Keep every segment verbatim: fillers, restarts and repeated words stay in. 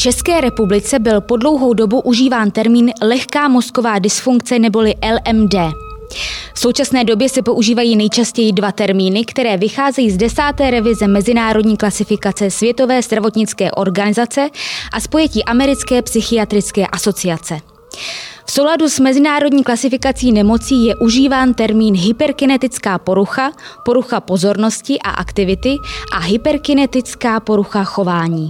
České republice byl po dlouhou dobu užíván termín lehká mozková dysfunkce neboli L M D. V současné době se používají nejčastěji dva termíny, které vycházejí z desáté revize Mezinárodní klasifikace Světové zdravotnické organizace a z pojetí Americké psychiatrické asociace. V souladu s mezinárodní klasifikací nemocí je užíván termín hyperkinetická porucha, porucha pozornosti a aktivity a hyperkinetická porucha chování.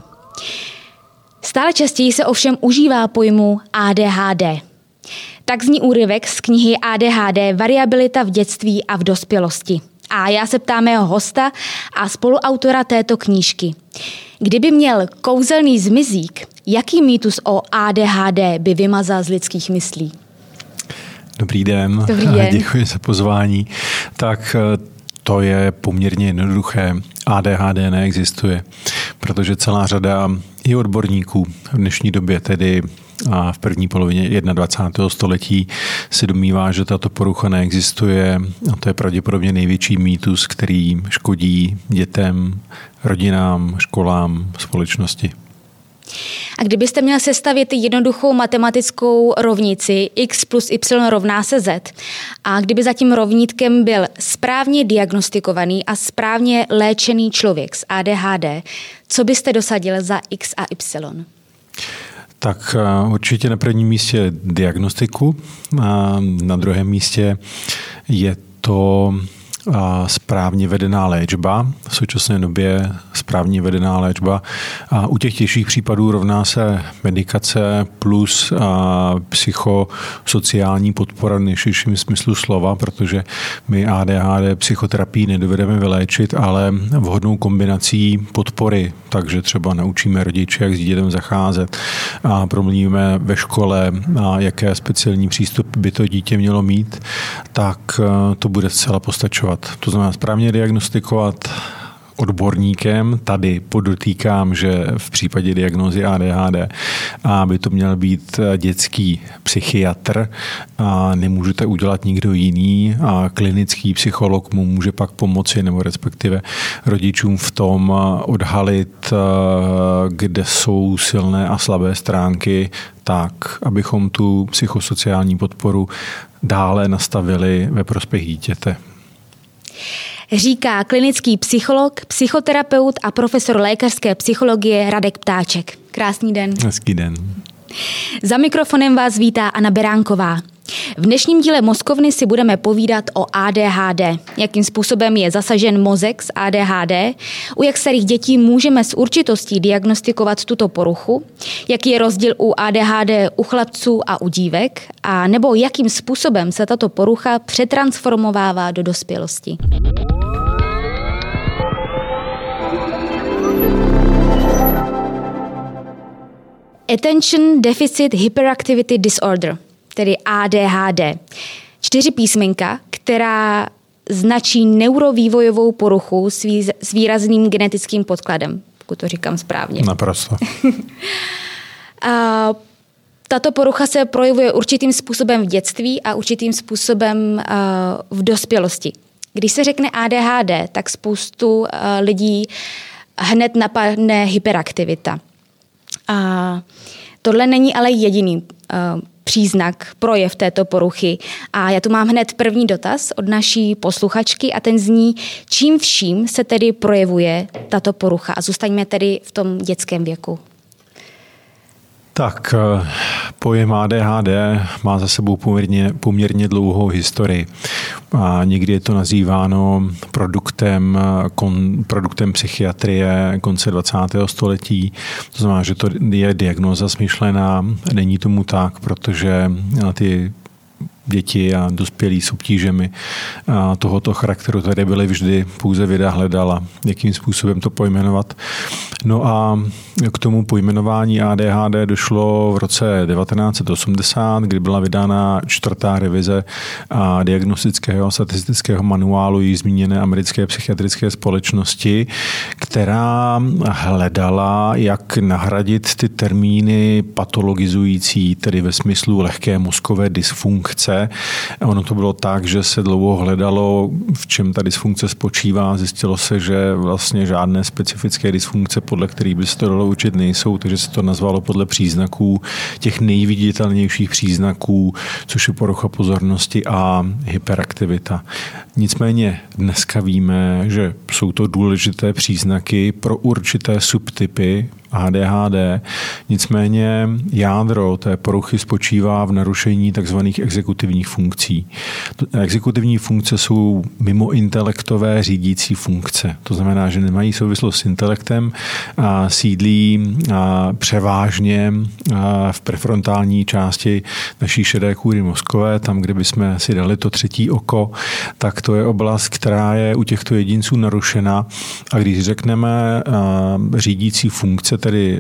Stále častěji se ovšem užívá pojmu A D H D. Tak zní úryvek z knihy A D H D Variabilita v dětství a v dospělosti. A já se ptám mého hosta a spoluautora této knížky. Kdyby měl kouzelný zmizík, jaký mýtus o A D H D by vymazal z lidských myslí? Dobrý den. Dobrý den. Děkuji za pozvání. Tak to je poměrně jednoduché. A D H D neexistuje, protože celá řada i odborníků v dnešní době, tedy a v první polovině dvacátého prvního století, se domnívá, že tato porucha neexistuje a to je pravděpodobně největší mýtus, který škodí dětem, rodinám, školám, společnosti. A kdybyste měl sestavit jednoduchou matematickou rovnici x plus y rovná se z a kdyby za tím rovnítkem byl správně diagnostikovaný a správně léčený člověk s A D H D, co byste dosadil za x a y? Tak určitě na prvním místě diagnostiku, a na druhém místě je to správně vedená léčba, v současné době správně vedená léčba. A u těch těžších případů rovná se medikace plus psychosociální podpora v nejširším smyslu slova, protože my A D H D psychoterapii nedovedeme vyléčit, ale vhodnou kombinací podpory, takže třeba naučíme rodiče, jak s dítětem zacházet a promluvíme ve škole, a jaké speciální přístup by to dítě mělo mít, tak to bude zcela postačovat. To znamená správně diagnostikovat odborníkem. Tady podotýkám, že v případě diagnózy A D H D by to měl být dětský psychiatr a nemůžete udělat nikdo jiný a klinický psycholog mu může pak pomoci nebo respektive rodičům v tom odhalit, kde jsou silné a slabé stránky, tak, abychom tu psychosociální podporu dále nastavili ve prospěch dítěte. Říká klinický psycholog, psychoterapeut a profesor lékařské psychologie Radek Ptáček. Krásný den. Hezký den. Za mikrofonem vás vítá Anna Beránková. V dnešním díle Mozkovny si budeme povídat o A D H D, jakým způsobem je zasažen mozek s A D H D, u jak starých dětí můžeme s určitostí diagnostikovat tuto poruchu, jaký je rozdíl u A D H D u chlapců a u dívek, a nebo jakým způsobem se tato porucha přetransformovává do dospělosti. Attention Deficit Hyperactivity Disorder, tedy A D H D. Čtyři písmenka, která značí neurovývojovou poruchu s, vý, s výrazným genetickým podkladem, pokud to říkám správně. Naprosto. A tato porucha se projevuje určitým způsobem v dětství a určitým způsobem v dospělosti. Když se řekne A D H D, tak spoustu lidí hned napadne hyperaktivita. A tohle není ale jediný uh, příznak, projev této poruchy. A já tu mám hned první dotaz od naší posluchačky a ten zní, čím vším se tedy projevuje tato porucha. A zůstaňme tedy v tom dětském věku. Tak pojem A D H D má za sebou poměrně, poměrně dlouhou historii. A někdy je to nazýváno produktem, kon, produktem psychiatrie konce dvacátého století. To znamená, že to je diagnóza smyšlená. Není tomu tak, protože ty děti a dospělí s obtížemi tohoto charakteru tady byly vždy, pouze věda hledala, jakým způsobem to pojmenovat. No a k tomu pojmenování A D H D došlo v roce devatenáct set osmdesát, kdy byla vydána čtvrtá revize diagnostického a statistického manuálu již zmíněné americké psychiatrické společnosti, která hledala, jak nahradit ty termíny patologizující, tedy ve smyslu lehké mozkové dysfunkce dysfunkce. Ono to bylo tak, že se dlouho hledalo, v čem ta dysfunkce spočívá. Zjistilo se, že vlastně žádné specifické dysfunkce, podle kterých by se to dalo učit, nejsou, takže se to nazvalo podle příznaků, těch nejviditelnějších příznaků, což je porucha pozornosti a hyperaktivita. Nicméně dneska víme, že jsou to důležité příznaky pro určité subtypy A D H D. Nicméně jádro té poruchy spočívá v narušení tzv. Exekutivních funkcí. Exekutivní funkce jsou mimointelektové řídící funkce. To znamená, že nemají souvislost s intelektem a sídlí a převážně a v prefrontální části naší šedé kůry mozkové, tam, kde bychom si dali to třetí oko, tak to je oblast, která je u těchto jedinců narušena. A když řekneme řídící funkce, tedy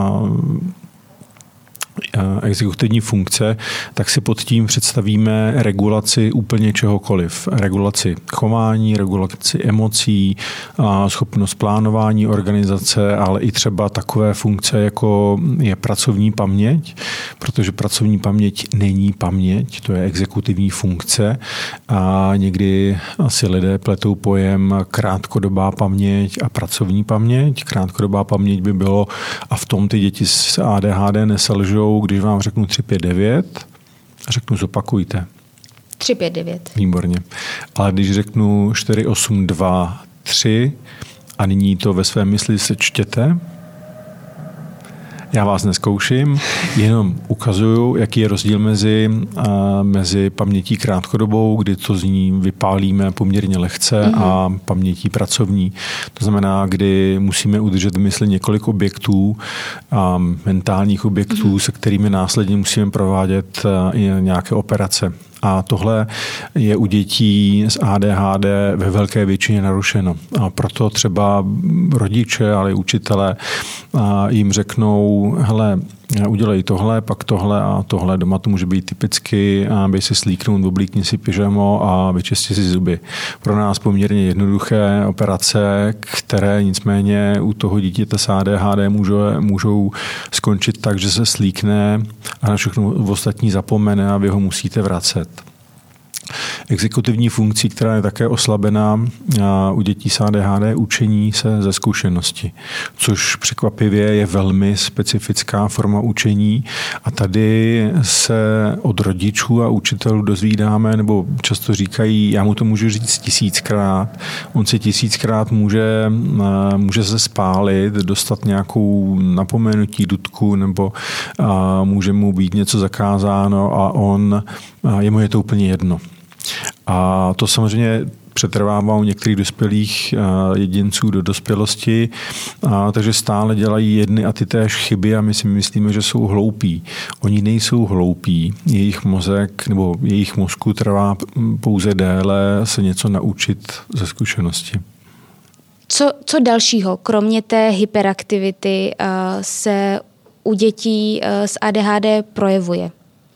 exekutivní funkce, tak si pod tím představíme regulaci úplně čehokoliv. Regulaci chování, regulaci emocí, schopnost plánování organizace, ale i třeba takové funkce, jako je pracovní paměť, protože pracovní paměť není paměť, to je exekutivní funkce a někdy asi lidé pletou pojem krátkodobá paměť a pracovní paměť. Krátkodobá paměť by bylo, a v tom ty děti s A D H D neselžou, když vám řeknu tři pět devět, řeknu zopakujte. tři pět devět. Výborně. Ale když řeknu čtyři osm dva tři a nyní to ve své mysli sečtěte, já vás neskouším, jenom ukazuju, jaký je rozdíl mezi, a, mezi pamětí krátkodobou, kdy to z ní vypálíme poměrně lehce, mm-hmm. a pamětí pracovní. To znamená, kdy musíme udržet v mysli několik objektů, a mentálních objektů, mm-hmm. se kterými následně musíme provádět i nějaké operace. A tohle je u dětí s A D H D ve velké většině narušeno. A proto třeba rodiče, ale i učitelé jim řeknou, hele, udělej tohle, pak tohle a tohle. Doma to může být typicky, aby si slíknout, oblíkni si pyžamo a vyčistit si zuby. Pro nás poměrně jednoduché operace, které nicméně u toho dítěte s A D H D můžou, můžou skončit tak, že se slíkne a na všechno ostatní zapomene a vy ho musíte vracet. Exekutivní funkcí, která je také oslabená u dětí s A D H D, učení se ze zkušenosti, což překvapivě je velmi specifická forma učení a tady se od rodičů a učitelů dozvídáme, nebo často říkají, já mu to můžu říct tisíckrát, on si tisíckrát může, může se spálit, dostat nějakou napomenutí, dutku, nebo může mu být něco zakázáno a on, jemu je to úplně jedno. A to samozřejmě přetrvává u některých dospělých jedinců do dospělosti, a takže stále dělají jedny a ty též chyby a my si myslíme, že jsou hloupí. Oni nejsou hloupí. Jejich mozek nebo jejich mozku trvá pouze déle se něco naučit ze zkušenosti. Co, co dalšího, kromě té hyperaktivity, se u dětí s A D H D projevuje?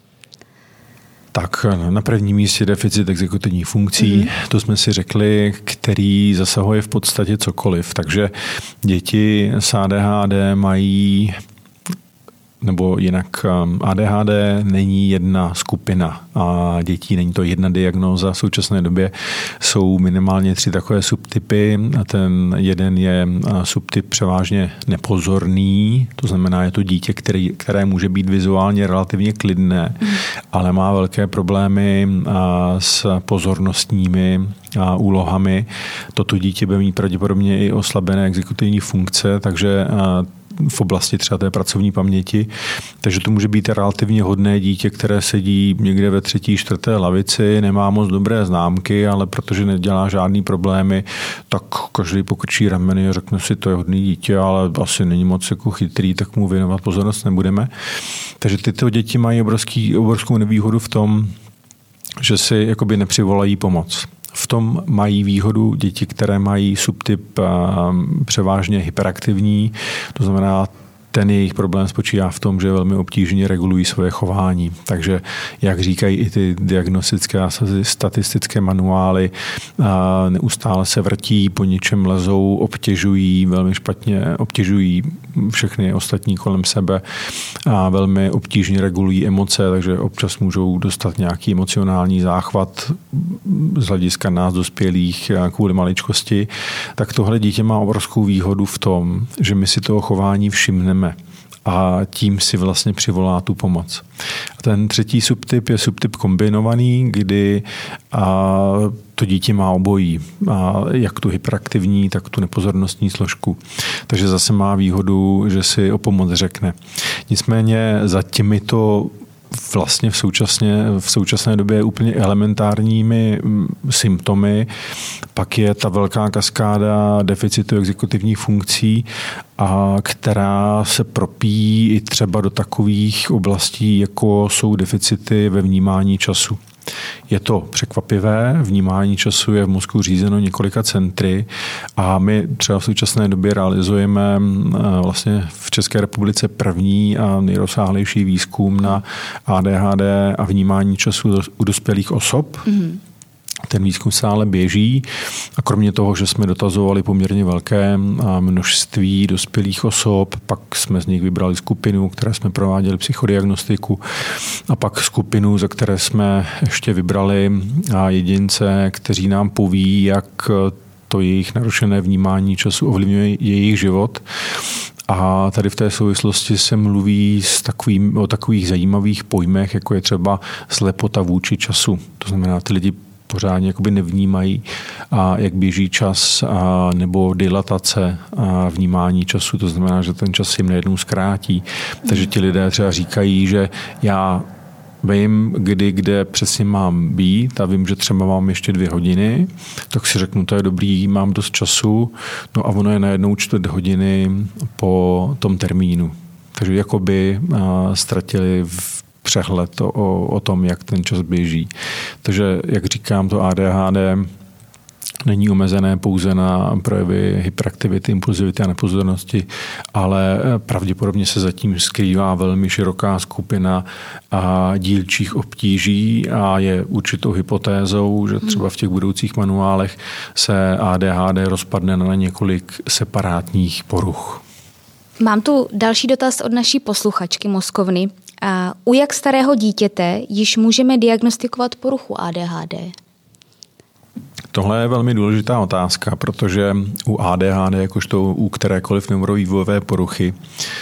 Tak na prvním místě deficit exekutivních funkcí, mm-hmm. to jsme si řekli, který zasahuje v podstatě cokoliv. Takže děti s A D H D mají, nebo jinak A D H D není jedna skupina a dětí, není to jedna diagnóza. V současné době jsou minimálně tři takové subtypy. A ten jeden je subtyp převážně nepozorný, to znamená, je to dítě, který, které může být vizuálně relativně klidné, mm. ale má velké problémy s pozornostními úlohami. Toto dítě bude mít pravděpodobně i oslabené exekutivní funkce, takže v oblasti třeba té pracovní paměti. Takže to může být relativně hodné dítě, které sedí někde ve třetí, čtvrté lavici, nemá moc dobré známky, ale protože nedělá žádný problémy, tak každý pokrčí rameny a řekne si, to je hodný dítě, ale asi není moc jako chytrý, tak mu věnovat pozornost nebudeme. Takže tyto děti mají obrovský, obrovskou nevýhodu v tom, že si jakoby nepřivolají pomoc. V tom mají výhodu děti, které mají subtyp převážně hyperaktivní, to znamená ten jejich problém spočívá v tom, že velmi obtížně regulují svoje chování. Takže, jak říkají i ty diagnostické a statistické manuály, neustále se vrtí, po něčem lezou, obtěžují, velmi špatně obtěžují všechny ostatní kolem sebe a velmi obtížně regulují emoce, takže občas můžou dostat nějaký emocionální záchvat z hlediska nás dospělých kvůli maličkosti. Tak tohle dítě má obrovskou výhodu v tom, že my si toho chování všimneme a tím si vlastně přivolá tu pomoc. A ten třetí subtyp je subtyp kombinovaný, kdy a, to dítě má obojí, a jak tu hyperaktivní, tak tu nepozornostní složku. Takže zase má výhodu, že si o pomoc řekne. Nicméně za těmito vlastně v, současně, v současné době úplně elementárními symptomy. Pak je ta velká kaskáda deficitu exekutivních funkcí, a která se propíjí i třeba do takových oblastí, jako jsou deficity ve vnímání času. Je to překvapivé, vnímání času je v mozku řízeno několika centry a my třeba v současné době realizujeme vlastně v České republice první a nejrozsáhlejší výzkum na A D H D a vnímání času u dospělých osob. Mm-hmm. Ten výzkum stále běží a kromě toho, že jsme dotazovali poměrně velké množství dospělých osob, pak jsme z nich vybrali skupinu, které jsme prováděli psychodiagnostiku a pak skupinu, za které jsme ještě vybrali jedince, kteří nám poví, jak to jejich narušené vnímání času ovlivňuje jejich život. A tady v té souvislosti se mluví s takovým, o takových zajímavých pojmech, jako je třeba slepota vůči času. To znamená, ty lidi pořádně jakoby nevnímají, a jak běží čas, a nebo dilatace a vnímání času. To znamená, že ten čas jim najednou zkrátí. Takže ti lidé třeba říkají, že já vím, kdy, kde přesně mám být a vím, že třeba mám ještě dvě hodiny, tak si řeknu, to je dobrý, mám dost času, no a ono je najednou čtvrt hodiny po tom termínu. Takže jakoby ztratili v přehled o, o tom, jak ten čas běží. Takže, jak říkám, to A D H D není omezené pouze na projevy hyperaktivity, impulzivity a nepozornosti, ale pravděpodobně se zatím skrývá velmi široká skupina a dílčích obtíží a je určitou hypotézou, že třeba v těch budoucích manuálech se A D H D rozpadne na několik separátních poruch. Mám tu další dotaz od naší posluchačky Moskovny. A u jak starého dítěte již můžeme diagnostikovat poruchu A D H D? Tohle je velmi důležitá otázka, protože u A D H D, jakožto u kterékoliv neurovývojové poruchy,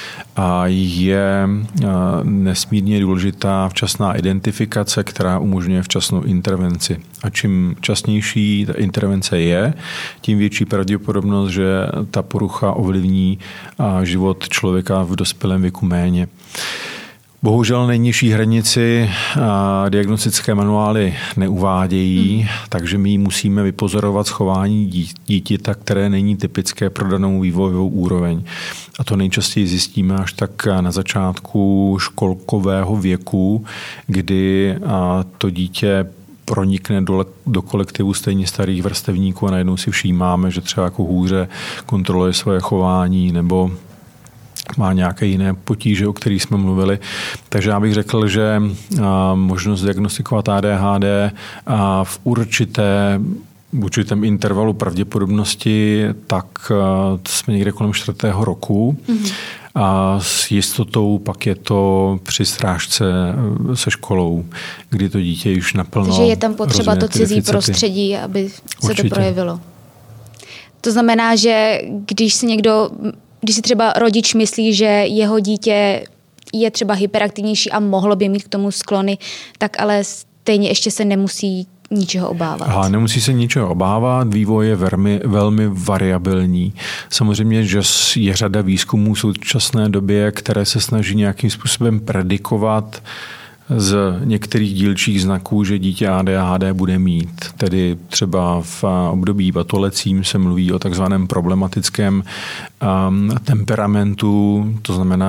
je nesmírně důležitá včasná identifikace, která umožňuje včasnou intervenci. A čím časnější ta intervence je, tím větší pravděpodobnost, že ta porucha ovlivní život člověka v dospělém věku méně. Bohužel nejnižší hranici diagnostické manuály neuvádějí, hmm. takže my musíme vypozorovat schování dítěte, které není typické pro danou vývojovou úroveň. A to nejčastěji zjistíme až tak na začátku školkového věku, kdy to dítě pronikne do, do kolektivu stejně starých vrstevníků a najednou si všímáme, že třeba jako hůře kontroluje svoje chování nebo má nějaké jiné potíže, o kterých jsme mluvili. Takže já bych řekl, že možnost diagnostikovat A D H D v určité v určitém intervalu pravděpodobnosti, tak jsme někde kolem čtvrtého roku. Mm-hmm. A s jistotou pak je to při srážce se školou, kdy to dítě již naplno. Takže je tam potřeba to cizí deficity. Prostředí, aby se Určitě. To projevilo. To znamená, že když si někdo Když si třeba rodič myslí, že jeho dítě je třeba hyperaktivnější a mohlo by mít k tomu sklony, tak ale stejně ještě se nemusí ničeho obávat. Aha, nemusí se ničeho obávat, vývoj je velmi, velmi variabilní. Samozřejmě, že je řada výzkumů v současné době, které se snaží nějakým způsobem predikovat z některých dílčích znaků, že dítě A D H D bude mít. Tedy třeba v období batolecím se mluví o takzvaném problematickém um, temperamentu, to znamená, že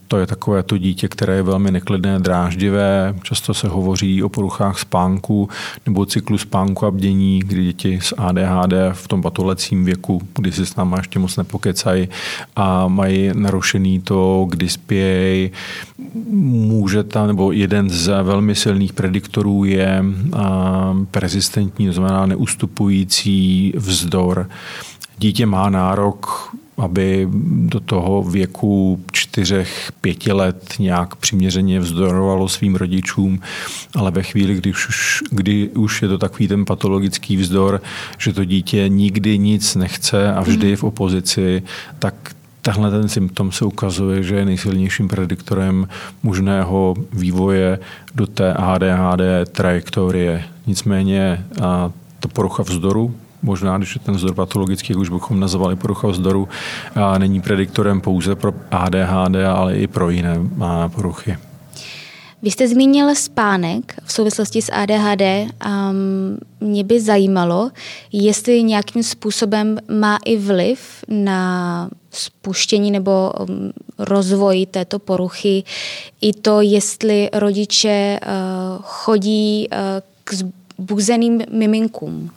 To je takové to dítě, které je velmi neklidné, dráždivé. Často se hovoří o poruchách spánku nebo cyklu spánku a bdění, kdy děti s A D H D v tom patolecím věku, kdy si s náma ještě moc nepokecají a mají narušený to, kdy spějí. Může tam, nebo jeden z velmi silných prediktorů je persistentní, to znamená neustupující vzdor. Dítě má nárok, aby do toho věku čtyřech, pěti let nějak přiměřeně vzdorovalo svým rodičům, ale ve chvíli, kdy už, kdy už je to takový ten patologický vzdor, že to dítě nikdy nic nechce a vždy je v opozici, tak tahle ten symptom se ukazuje, že je nejsilnějším prediktorem možného vývoje do té A D H D trajektorie. Nicméně a ta porucha vzdoru, možná, když je ten vzdor patologický, jak už bychom nazvali porucha vzdoru, a není prediktorem pouze pro A D H D, ale i pro jiné poruchy. Vy jste zmínil spánek v souvislosti s A D H D a mě by zajímalo, jestli nějakým způsobem má i vliv na spuštění nebo rozvoj této poruchy i to, jestli rodiče chodí k zbuzeným miminkům.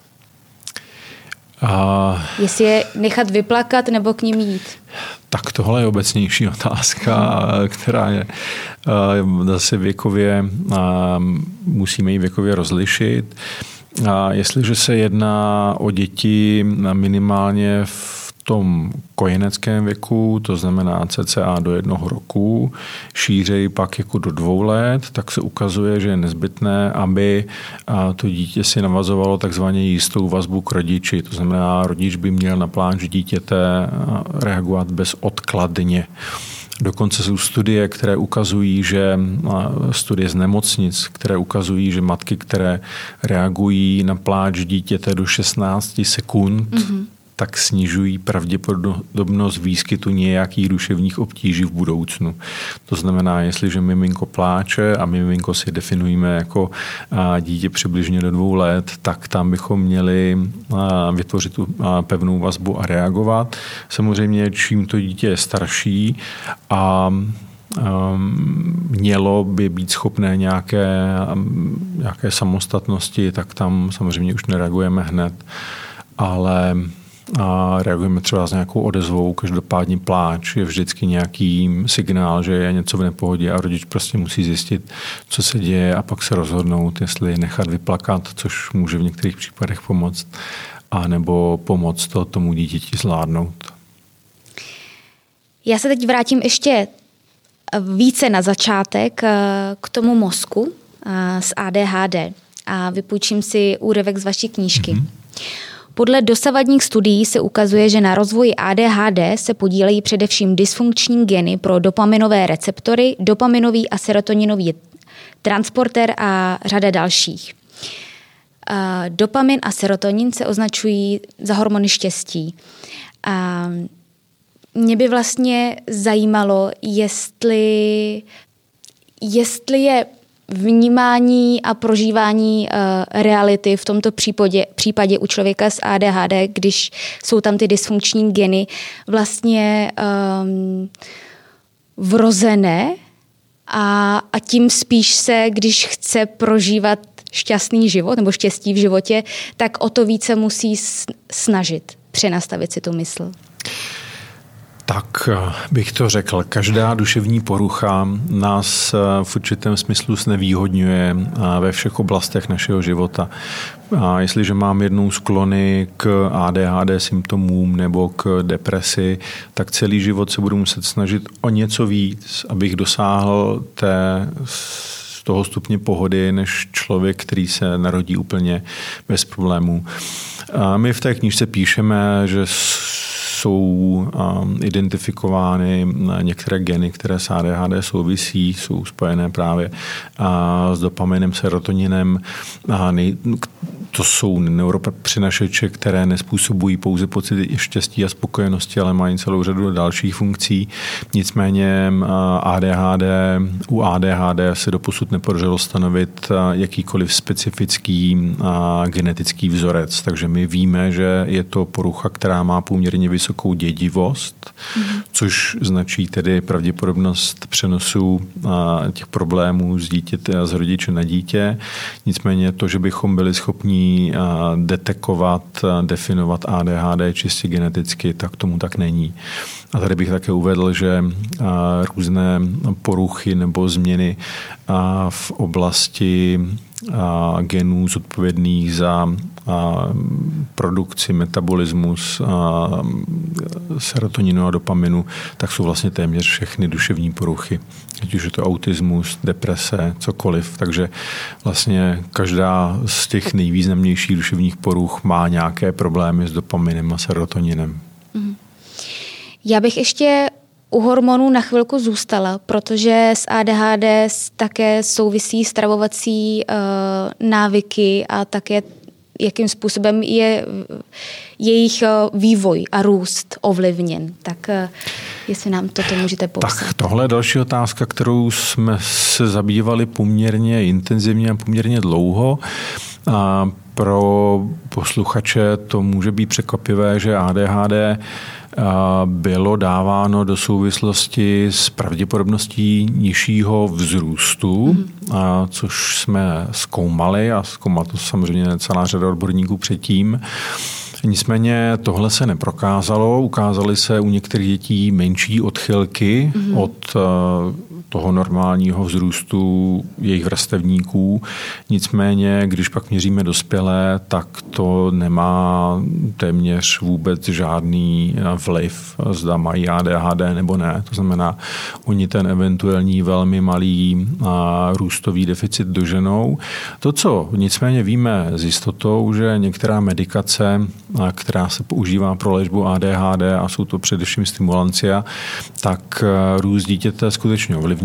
A... Jestli je nechat vyplakat nebo k nim jít? Tak tohle je obecnější otázka, která je zase věkově, musíme ji věkově rozlišit. A jestliže se jedná o děti minimálně v tom kojeneckém věku, to znamená cca do jednoho roku, šířej pak jako do dvou let, tak se ukazuje, že je nezbytné, aby to dítě si navazovalo takzvaně jistou vazbu k rodiči. To znamená, rodič by měl na pláč dítěte reagovat bezodkladně. Dokonce jsou studie, které ukazují, že studie z nemocnic, které ukazují, že matky, které reagují na pláč dítěte do šestnáct sekund, mm-hmm. tak snižují pravděpodobnost výskytu nějakých duševních obtíží v budoucnu. To znamená, jestliže miminko pláče a miminko si definujeme jako dítě přibližně do dvou let, tak tam bychom měli vytvořit tu pevnou vazbu a reagovat. Samozřejmě, čím to dítě je starší a mělo by být schopné nějaké, nějaké samostatnosti, tak tam samozřejmě už nereagujeme hned, ale a reagujeme třeba s nějakou odezvou, každopádně pláč je vždycky nějaký signál, že je něco v nepohodě a rodič prostě musí zjistit, co se děje a pak se rozhodnout, jestli nechat vyplakat, což může v některých případech pomoct, anebo pomoct to tomu dítěti zvládnout. Já se teď vrátím ještě více na začátek k tomu mozku s A D H D a vypůjčím si úryvek z vaší knížky. Mm-hmm. Podle dosavadních studií se ukazuje, že na rozvoji A D H D se podílejí především dysfunkční geny pro dopaminové receptory, dopaminový a serotoninový transportér a řada dalších. Dopamin a serotonin se označují za hormony štěstí. A mě by vlastně zajímalo, jestli, jestli je vnímání a prožívání uh, reality v tomto případě, případě u člověka s A D H D, když jsou tam ty dysfunkční geny, vlastně um, vrozené a, a tím spíš se, když chce prožívat šťastný život nebo štěstí v životě, tak o to více musí snažit přenastavit si tu mysl. Tak bych to řekl. Každá duševní porucha nás v určitém smyslu znevýhodňuje ve všech oblastech našeho života. A jestliže mám jednou sklony k A D H D symptomům nebo k depresi, tak celý život se budu muset snažit o něco víc, abych dosáhl té z toho stupně pohody, než člověk, který se narodí úplně bez problémů. A my v té knížce píšeme, že jsou identifikovány některé geny, které s A D H D souvisí, jsou spojené právě s dopaminem, serotoninem. to jsou neuropřenašeče, které nespůsobují pouze pocity štěstí a spokojenosti, ale mají celou řadu dalších funkcí. Nicméně A D H D, u A D H D se doposud nepodařilo stanovit jakýkoliv specifický genetický vzorec. Takže my víme, že je to porucha, která má poměrně vysokou dědivost, mm-hmm. což značí tedy pravděpodobnost přenosu těch problémů z dítěte a z rodiče na dítě. Nicméně to, že bychom byli schopni detekovat, definovat A D H D čistě geneticky, tak tomu tak není. A tady bych také uvedl, že různé poruchy nebo změny v oblasti genů zodpovědných za produkci, metabolismus serotoninu a dopaminu, tak jsou vlastně téměř všechny duševní poruchy. Ať už je to autismus, deprese, cokoliv. Takže vlastně každá z těch nejvýznamnějších duševních poruch má nějaké problémy s dopaminem a serotoninem. Já bych ještě u hormonů na chvilku zůstala, protože s A D H D také souvisí stravovací uh, návyky a také jakým způsobem je jejich vývoj a růst ovlivněn. Tak uh, jestli nám toto můžete popsat. Tak tohle je další otázka, kterou jsme se zabývali poměrně intenzivně a poměrně dlouho. A pro posluchače to může být překvapivé, že A D H D bylo dáváno do souvislosti s pravděpodobností nižšího vzrůstu, mm. a což jsme zkoumali a zkoumala to samozřejmě celá řada odborníků předtím. Nicméně tohle se neprokázalo. Ukázaly se u některých dětí menší odchylky mm. od toho normálního vzrůstu jejich vrstevníků. Nicméně, když pak měříme dospělé, tak to nemá téměř vůbec žádný vliv, zda mají A D H D nebo ne. To znamená, oni ten eventuální velmi malý růstový deficit doženou. To, co nicméně víme s jistotou, že některá medikace, která se používá pro léčbu A D H D, a jsou to především stimulantia, tak růst dítěte skutečně ovlivňuje,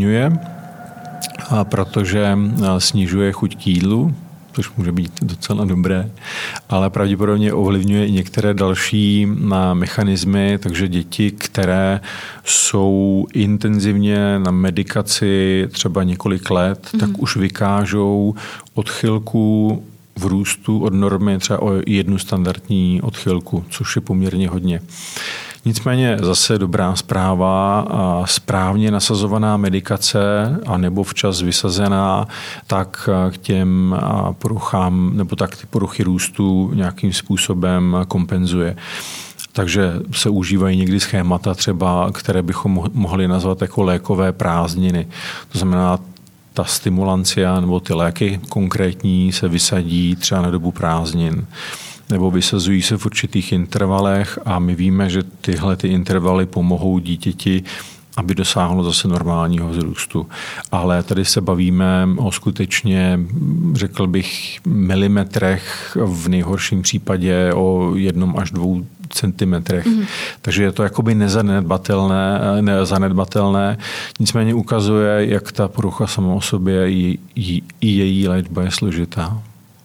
a protože snižuje chuť k jídlu, což může být docela dobré, ale pravděpodobně ovlivňuje i některé další mechanismy, takže děti, které jsou intenzivně na medikaci třeba několik let, mm. tak už vykážou odchylku v růstu od normy třeba o jednu standardní odchylku, což je poměrně hodně. Nicméně zase dobrá zpráva, a správně nasazovaná medikace a nebo včas vysazená, tak k těm poruchám nebo tak ty poruchy růstu nějakým způsobem kompenzuje. Takže se užívají někdy schémata třeba, které bychom mohli nazvat jako lékové prázdniny. To znamená, ta stimulancia nebo ty léky konkrétní se vysadí třeba na dobu prázdnin, nebo vysazují se v určitých intervalech a my víme, že tyhle ty intervaly pomohou dítěti, aby dosáhlo zase normálního vzrůstu. Ale tady se bavíme o skutečně, řekl bych, milimetrech, v nejhorším případě o jednom až dvou centimetrech. Mm. Takže je to jakoby nezanedbatelné, nezanedbatelné. Nicméně ukazuje, jak ta porucha sama o sobě i, i, i její léčba je složitá.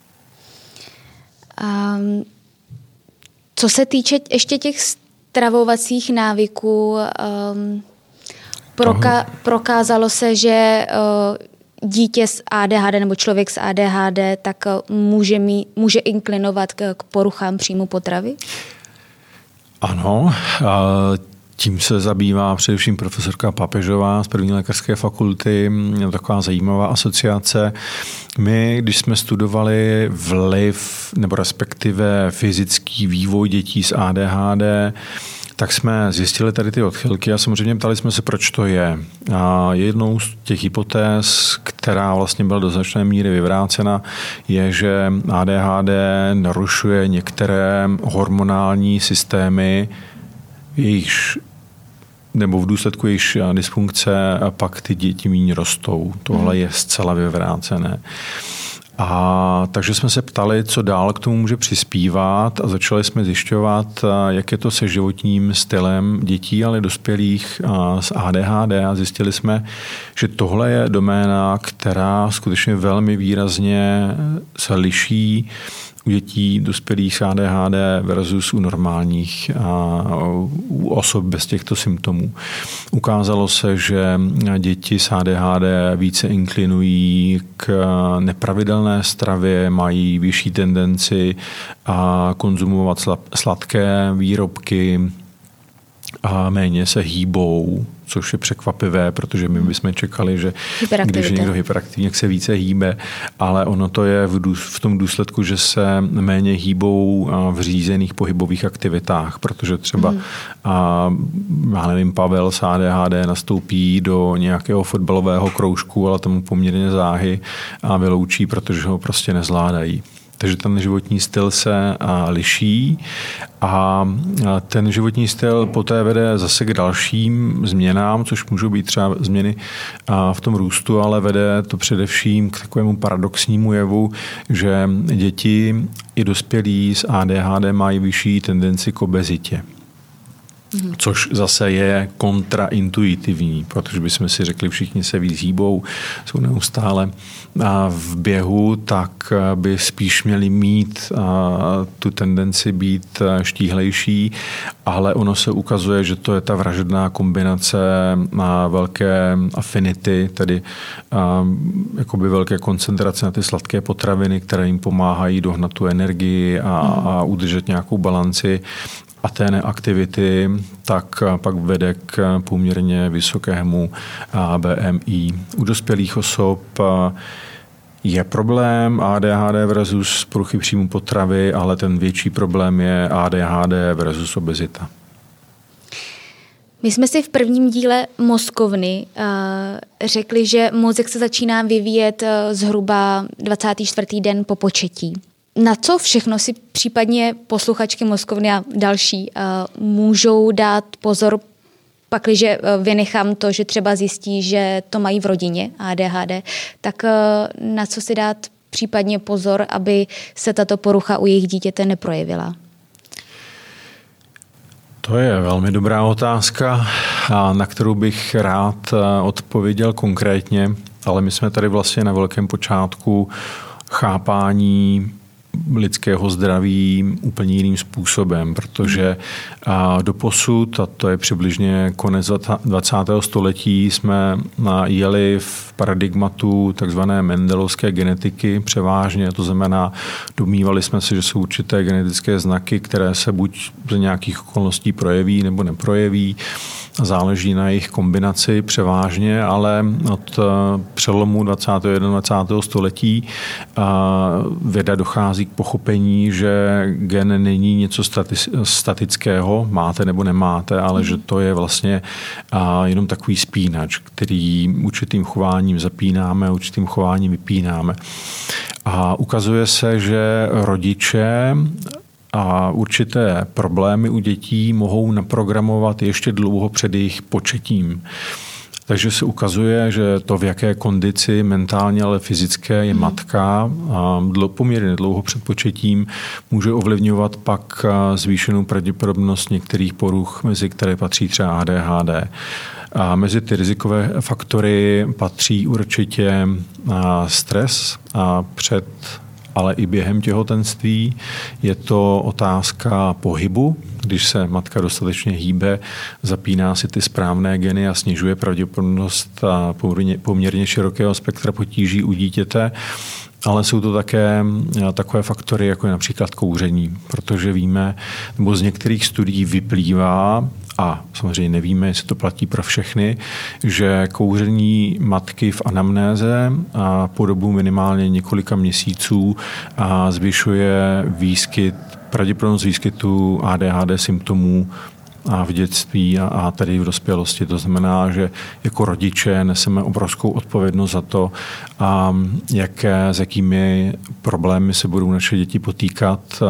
Um, co se týče ještě těch stravovacích návyků, um, proka- prokázalo se, že uh, dítě s A D H D nebo člověk s A D H D tak uh, může, mít, může inklinovat k, k poruchám příjmu potravy? Ano, tím se zabývá především profesorka Papežová z první lékařské fakulty, taková zajímavá asociace. My, když jsme studovali vliv nebo respektive fyzický vývoj dětí s A D H D, tak jsme zjistili tady ty odchylky a samozřejmě ptali jsme se, proč to je. A jednou z těch hypotéz, která vlastně byla do značné míry vyvrácena, je, že A D H D narušuje některé hormonální systémy, jejichž nebo v důsledku jejich dysfunkce a pak ty děti méně rostou. Tohle je zcela vyvrácené. A takže jsme se ptali, co dál k tomu může přispívat a začali jsme zjišťovat, jak je to se životním stylem dětí, ale dospělých s A D H D a zjistili jsme, že tohle je doména, která skutečně velmi výrazně se liší u dětí dospělých s A D H D versus u normálních a u osob bez těchto symptomů. Ukázalo se, že děti s A D H D více inklinují k nepravidelné stravě, mají vyšší tendenci a konzumovat sladké výrobky a méně se hýbou, což je překvapivé, protože my bychom čekali, že když je někdo hyperaktivní, jak se více hýbe, ale ono to je v, dů, v tom důsledku, že se méně hýbou v řízených pohybových aktivitách, protože třeba, mm. a, já nevím, Pavel z A D H D nastoupí do nějakého fotbalového kroužku, ale tomu poměrně záhy a vyloučí, protože ho prostě nezvládají. Takže ten životní styl se liší a ten životní styl poté vede zase k dalším změnám, což můžou být třeba změny v tom růstu, ale vede to především k takovému paradoxnímu jevu, že děti i dospělí s A D H D mají vyšší tendenci k obezitě. Což zase je kontraintuitivní, protože bychom si řekli, všichni se víc hýbou, jsou neustále v běhu, tak by spíš měli mít tu tendenci být štíhlejší, ale ono se ukazuje, že to je ta vražedná kombinace velké affinity, tedy jakoby velké koncentrace na ty sladké potraviny, které jim pomáhají dohnat tu energii a, a udržet nějakou balanci, a té neaktivity, tak pak vede k poměrně vysokému B M I. U dospělých osob je problém A D H D versus poruchy příjmu potravy, ale ten větší problém je A D H D versus obezita. My jsme si v prvním díle mozkovny uh, řekli, že mozek se začíná vyvíjet uh, zhruba dvacátý čtvrtý den po početí. Na co všechno si případně posluchačky mozkovny a další uh, můžou dát pozor, pakliže uh, vynechám to, že třeba zjistí, že to mají v rodině A D H D, tak uh, na co si dát případně pozor, aby se tato porucha u jejich dítěte neprojevila? To je velmi dobrá otázka, na kterou bych rád odpověděl konkrétně, ale my jsme tady vlastně na velkém počátku chápání lidského zdraví úplně jiným způsobem, protože doposud, a to je přibližně konec dvacátého století, jsme jeli v paradigmatu takzvané mendelovské genetiky převážně, to znamená, domnívali jsme se, že jsou určité genetické znaky, které se buď z nějakých okolností projeví nebo neprojeví, záleží na jejich kombinaci převážně, ale od přelomu dvacátého a jednadvacátého století věda dochází k pochopení, že gen není něco statického, máte nebo nemáte, ale že to je vlastně jenom takový spínač, který určitým chováním zapínáme a určitým chováním vypínáme. A ukazuje se, že rodiče a určité problémy u dětí mohou naprogramovat ještě dlouho před jejich početím. Takže se ukazuje, že to, v jaké kondici mentálně, ale fyzické je matka, a poměrně dlouho před početím může ovlivňovat pak zvýšenou pravděpodobnost některých poruch, mezi které patří třeba A D H D. A mezi ty rizikové faktory patří určitě stres a před ale i během těhotenství. Je to otázka pohybu. Když se matka dostatečně hýbe, zapíná si ty správné geny a snižuje pravděpodobnost poměrně širokého spektra potíží u dítěte. Ale jsou to také takové faktory, jako je například kouření, protože víme, nebo z některých studií vyplývá, a samozřejmě nevíme, jestli to platí pro všechny, že kouření matky v anamnéze a po dobu minimálně několika měsíců a zvyšuje výskyt, pravděpodobnost výskytu A D H D symptomů a v dětství a, a tady v dospělosti. To znamená, že jako rodiče neseme obrovskou odpovědnost za to, a jaké, s jakými problémy se budou naše děti potýkat,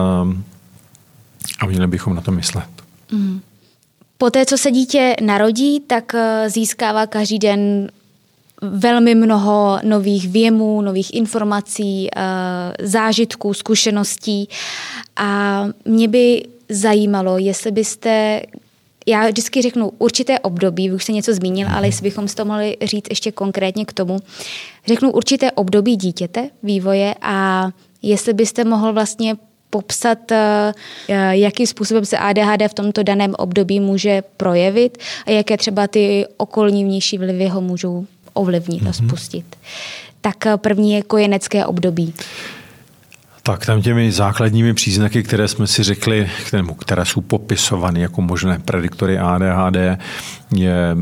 a měli bychom na to myslet. Mm. Poté, co se dítě narodí, tak získává každý den velmi mnoho nových věmů, nových informací, zážitků, zkušeností. A mě by zajímalo, jestli byste, já vždycky řeknu určité období, vy už jste něco zmínil, ale jestli bychom si to mohli říct ještě konkrétně k tomu, řeknu určité období dítěte, vývoje a Jestli byste mohl vlastně popsat, jakým způsobem se A D H D v tomto daném období může projevit a jaké třeba ty okolní vnější vlivy ho můžou ovlivnit a spustit. Tak první je kojenecké období. Tak tam těmi základními příznaky, které jsme si řekli, které, které jsou popisovány jako možné prediktory A D H D, je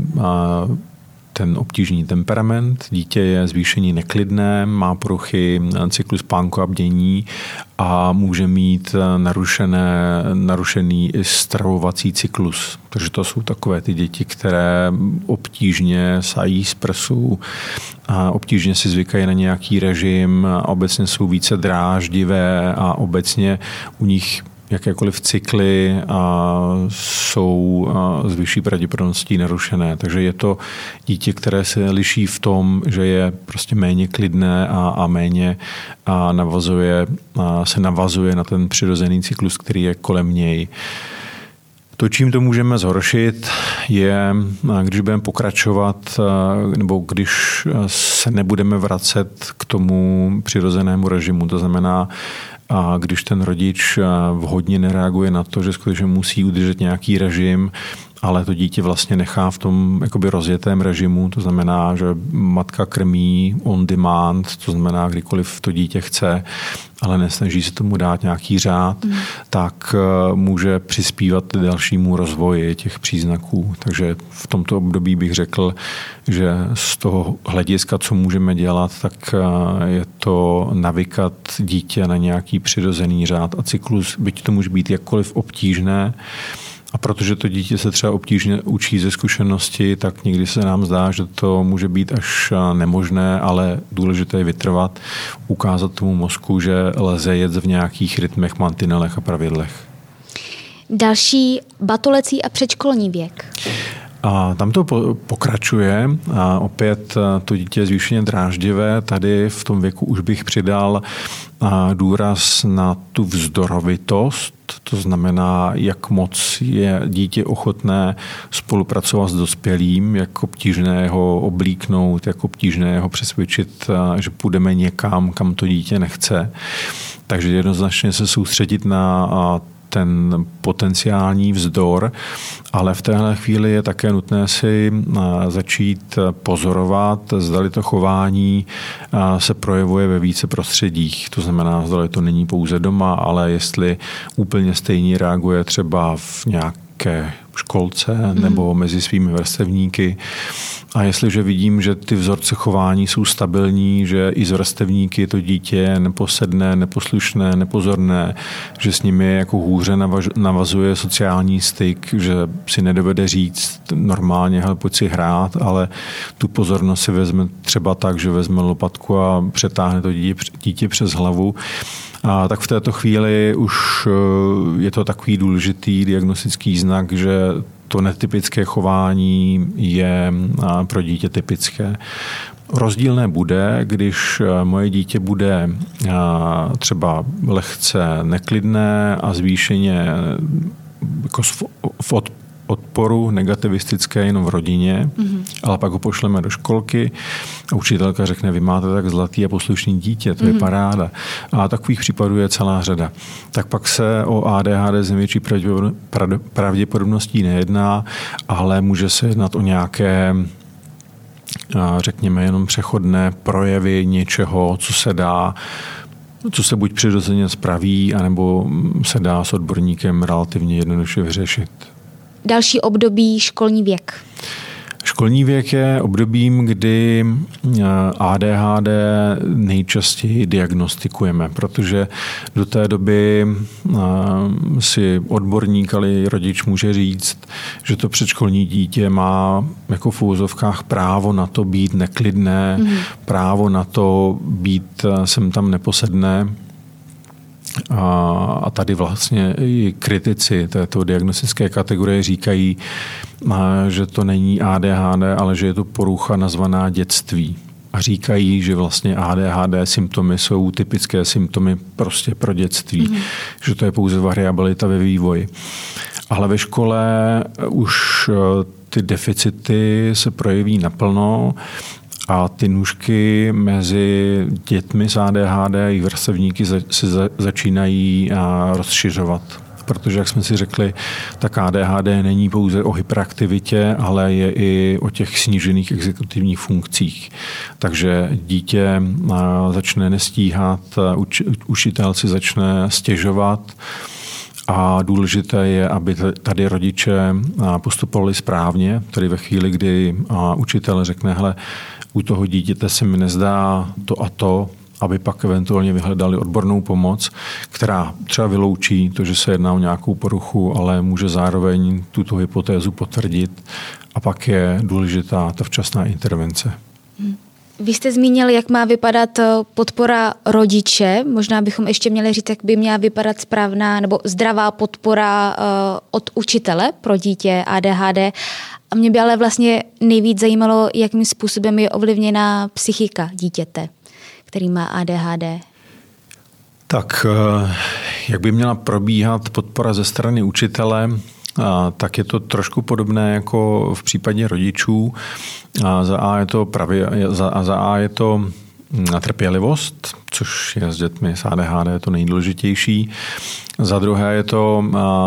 ten obtížný temperament, dítě je zvýšeně neklidné, má poruchy cyklu spánku a bdění a může mít narušené, narušený i stravovací cyklus. Takže to jsou takové ty děti, které obtížně sají z prsu, a obtížně si zvykají na nějaký režim, a obecně jsou více dráždivé a obecně u nich jakékoliv cykly a jsou a s vyšší pravděpodobností narušené. Takže je to dítě, které se liší v tom, že je prostě méně klidné a, a méně a navazuje, a se navazuje na ten přirozený cyklus, který je kolem něj. To, čím to můžeme zhoršit, je, když budeme pokračovat, nebo když se nebudeme vracet k tomu přirozenému režimu. To znamená, a když ten rodič vhodně nereaguje na to, že skutečně musí udržet nějaký režim, ale to dítě vlastně nechá v tom jakoby rozjetém režimu, to znamená, že matka krmí on demand, to znamená, kdykoliv to dítě chce, ale nesnaží se tomu dát nějaký řád, mm. tak může přispívat k dalšímu rozvoji těch příznaků. Takže v tomto období bych řekl, že z toho hlediska, co můžeme dělat, tak je to navykat dítě na nějaký přirozený řád a cyklus, byť to může být jakkoliv obtížné. A protože to dítě se třeba obtížně učí ze zkušenosti, tak někdy se nám zdá, že to může být až nemožné, ale důležité je vytrvat, ukázat tomu mozku, že lze jet v nějakých rytmech, mantinelech a pravidlech. Další batolecí a předškolní věk. A tam to pokračuje a opět to dítě je zvýšeně dráždivé. Tady v tom věku už bych přidal důraz na tu vzdorovitost, to znamená, jak moc je dítě ochotné spolupracovat s dospělým, jak obtížné ho oblíknout, jak obtížné ho přesvědčit, že půjdeme někam, kam to dítě nechce. Takže jednoznačně se soustředit na ten potenciální vzdor, ale v téhle chvíli je také nutné si začít pozorovat, zdali to chování se projevuje ve více prostředích. To znamená, zdali to není pouze doma, ale jestli úplně stejně reaguje třeba v nějaké školce mm. nebo mezi svými vrstevníky. A jestliže vidím, že ty vzorce chování jsou stabilní, že i z vrstevníky to dítě je neposedné, neposlušné, nepozorné, že s nimi jako hůře navazuje sociální styk, že si nedovede říct normálně, hele, pojď si hrát, ale tu pozornost si vezme třeba tak, že vezme lopatku a přetáhne to dítě, dítě přes hlavu. A tak v této chvíli už je to takový důležitý diagnostický znak, že to netypické chování je pro dítě typické. Rozdílné bude, když moje dítě bude třeba lehce neklidné a zvýšeně jako v odporu negativistické jenom v rodině, mm-hmm. ale pak ho pošleme do školky a učitelka řekne, vy máte tak zlatý a poslušný dítě, to mm-hmm. je paráda. A takových případů je celá řada. Tak pak se o A D H D s největší pravděpodobností nejedná, ale může se jednat o nějaké, řekněme, jenom přechodné projevy něčeho, co se dá co se buď přirozeně spraví, anebo se dá s odborníkem relativně jednoduše vyřešit. Další období školní věk. Školní věk je obdobím, kdy A D H D nejčastěji diagnostikujeme, protože do té doby si odborník, ale i rodič může říct, že to předškolní dítě má jako v úvozovkách právo na to být neklidné, mm. právo na to být sem tam neposedné. A tady vlastně i kritici této diagnostické kategorie říkají, že to není A D H D, ale že je to porucha nazvaná dětství. A říkají, že vlastně A D H D symptomy jsou typické symptomy prostě pro dětství. Mm. Že to je pouze variabilita ve vývoji. Ale ve škole už ty deficity se projeví naplno A ty nůžky mezi dětmi s á dé há dé i vrstevníky se začínají rozšiřovat. Protože, jak jsme si řekli, tak á dé há dé není pouze o hyperaktivitě, ale je i o těch snížených exekutivních funkcích. Takže dítě začne nestíhat, učitel si začne stěžovat a důležité je, aby tady rodiče postupovali správně, tedy ve chvíli, kdy učitel řekne, hele, u toho dítěte se mi nezdá to a to, aby pak eventuálně vyhledali odbornou pomoc, která třeba vyloučí to, že se jedná o nějakou poruchu, ale může zároveň tuto hypotézu potvrdit a pak je důležitá ta včasná intervence. Vy jste zmínil, jak má vypadat podpora rodiče. Možná bychom ještě měli říct, jak by měla vypadat správná nebo zdravá podpora od učitele pro dítě á dé há dé. A mě by ale vlastně nejvíc zajímalo, jakým způsobem je ovlivněna psychika dítěte, který má á dé há dé. Tak jak by měla probíhat podpora ze strany učitele, tak je to trošku podobné jako v případě rodičů. A za A je to pravě, a za A je to trpělivost, což je s dětmi s á dé há dé to nejdůležitější. Za druhé je to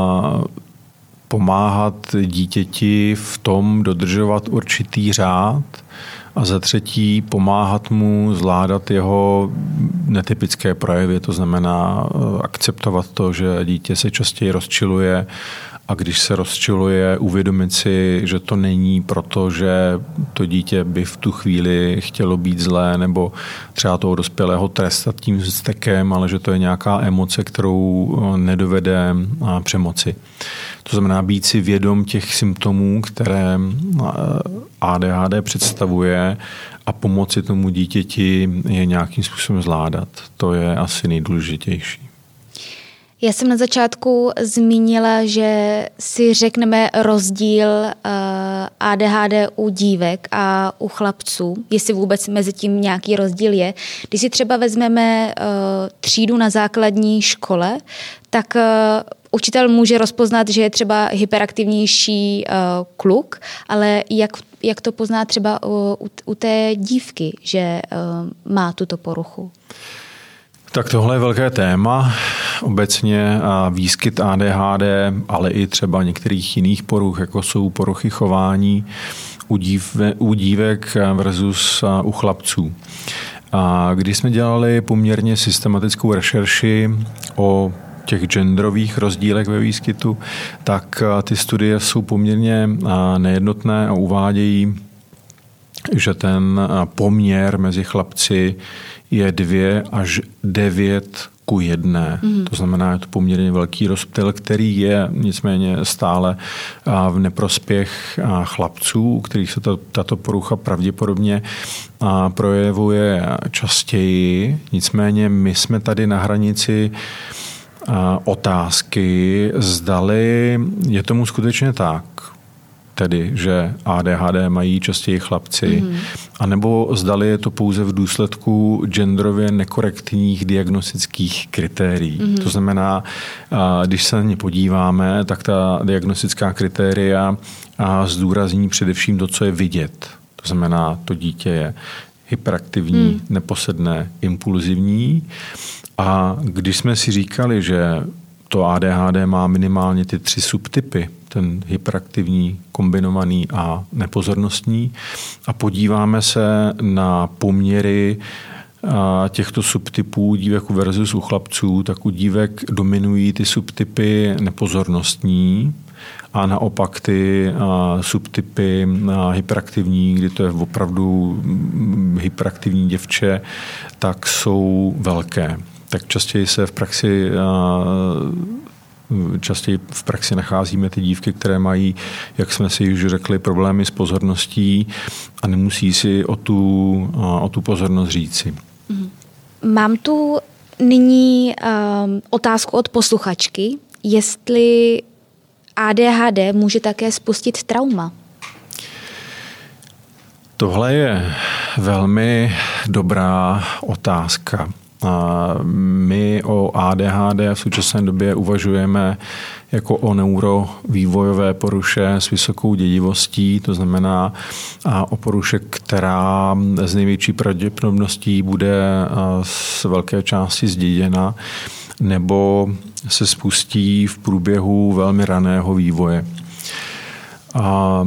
pomáhat dítěti v tom dodržovat určitý řád a za třetí pomáhat mu zvládat jeho netypické projevy, to znamená akceptovat to, že dítě se častěji rozčiluje a když se rozčiluje, uvědomit si, že to není proto, že to dítě by v tu chvíli chtělo být zlé nebo třeba toho dospělého trestat tím vztekem, ale že to je nějaká emoce, kterou nedovede přemoci. To znamená být si vědom těch symptomů, které á dé há dé představuje a pomoci tomu dítěti je nějakým způsobem zvládat. To je asi nejdůležitější. Já jsem na začátku zmínila, že si řekneme rozdíl á dé há dé u dívek a u chlapců, jestli vůbec mezi tím nějaký rozdíl je. Když si třeba vezmeme třídu na základní škole, tak učitel může rozpoznat, že je třeba hyperaktivnější kluk, ale jak, jak to pozná třeba u, u té dívky, že má tuto poruchu? Tak tohle je velké téma. Obecně výskyt á dé há dé, ale i třeba některých jiných poruch, jako jsou poruchy chování u, díve, u dívek versus u chlapců. A když jsme dělali poměrně systematickou rešerši o těch genderových rozdílech ve výskytu, tak ty studie jsou poměrně nejednotné a uvádějí, že ten poměr mezi chlapci je dvě až devět ku jedné. Mm. To znamená, je to poměrně velký rozptyl, který je nicméně stále v neprospěch chlapců, u kterých se tato porucha pravděpodobně projevuje častěji. Nicméně my jsme tady na hranici otázky, zdali je tomu skutečně tak, tedy, že á dé há dé mají častěji chlapci, mm. anebo zdali je to pouze v důsledku genderově nekorektních diagnostických kritérií. Mm. To znamená, když se na ně podíváme, tak ta diagnostická kritéria zdůrazní především to, co je vidět. To znamená, to dítě je hyperaktivní, mm. neposedné, impulzivní. A když jsme si říkali, že to á dé há dé má minimálně ty tři subtypy, ten hyperaktivní, kombinovaný a nepozornostní, a podíváme se na poměry těchto subtypů dívek versus u chlapců, tak u dívek dominují ty subtypy nepozornostní a naopak ty subtypy hyperaktivní, kdy to je opravdu hyperaktivní děvče, tak jsou velké. Tak častěji se v praxi častěji v praxi nacházíme ty dívky, které mají, jak jsme si už řekli, problémy s pozorností a nemusí si o tu, o tu pozornost říci. Mám tu nyní um, otázku od posluchačky, jestli á dé há dé může také spustit trauma. Tohle je velmi dobrá otázka. My o A D H D v současné době uvažujeme jako o neurovývojové poruše s vysokou dědivostí, to znamená o poruše, která z největší pravděpodobností bude z velké části zděděna nebo se spustí v průběhu velmi raného vývoje. A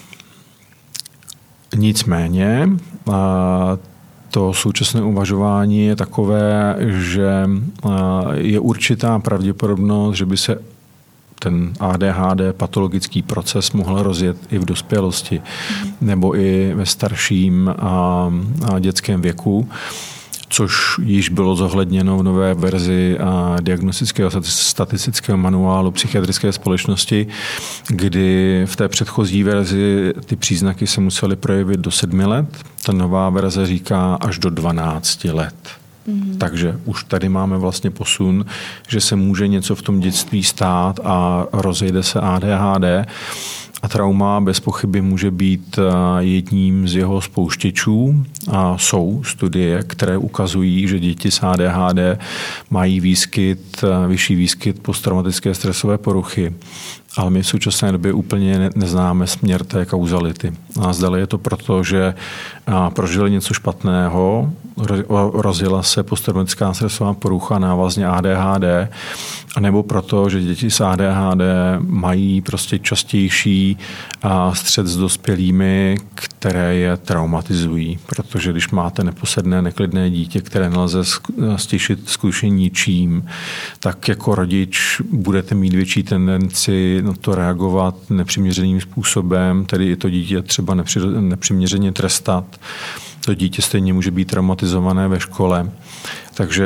nicméně a to současné uvažování je takové, že je určitá pravděpodobnost, že by se ten A D H D patologický proces mohl rozjet i v dospělosti nebo i ve starším a dětském věku, což již bylo zohledněno v nové verzi diagnostického statistického manuálu psychiatrické společnosti, kdy v té předchozí verzi ty příznaky se musely projevit do sedmi let. Ta nová verze říká až do dvanácti let. Mm. Takže už tady máme vlastně posun, že se může něco v tom dětství stát a rozejde se A D H D. A trauma bez pochyby může být jedním z jeho spouštěčů. A jsou studie, které ukazují, že děti s A D H D mají výskyt, vyšší výskyt posttraumatické stresové poruchy. Ale my v současné době úplně neznáme směr té kauzality. A zdali je to proto, že prožili něco špatného, rozjela se posttraumatická stresová porucha, návazně A D H D, anebo proto, že děti s A D H D mají prostě častější střet s dospělými, které je traumatizují. Protože když máte neposedné, neklidné dítě, které nelze stěšit skutečně ničím, tak jako rodič budete mít větší tendenci na to reagovat nepřiměřeným způsobem, tedy i to dítě třeba nepřiměřeně trestat. To dítě stejně může být traumatizované ve škole. Takže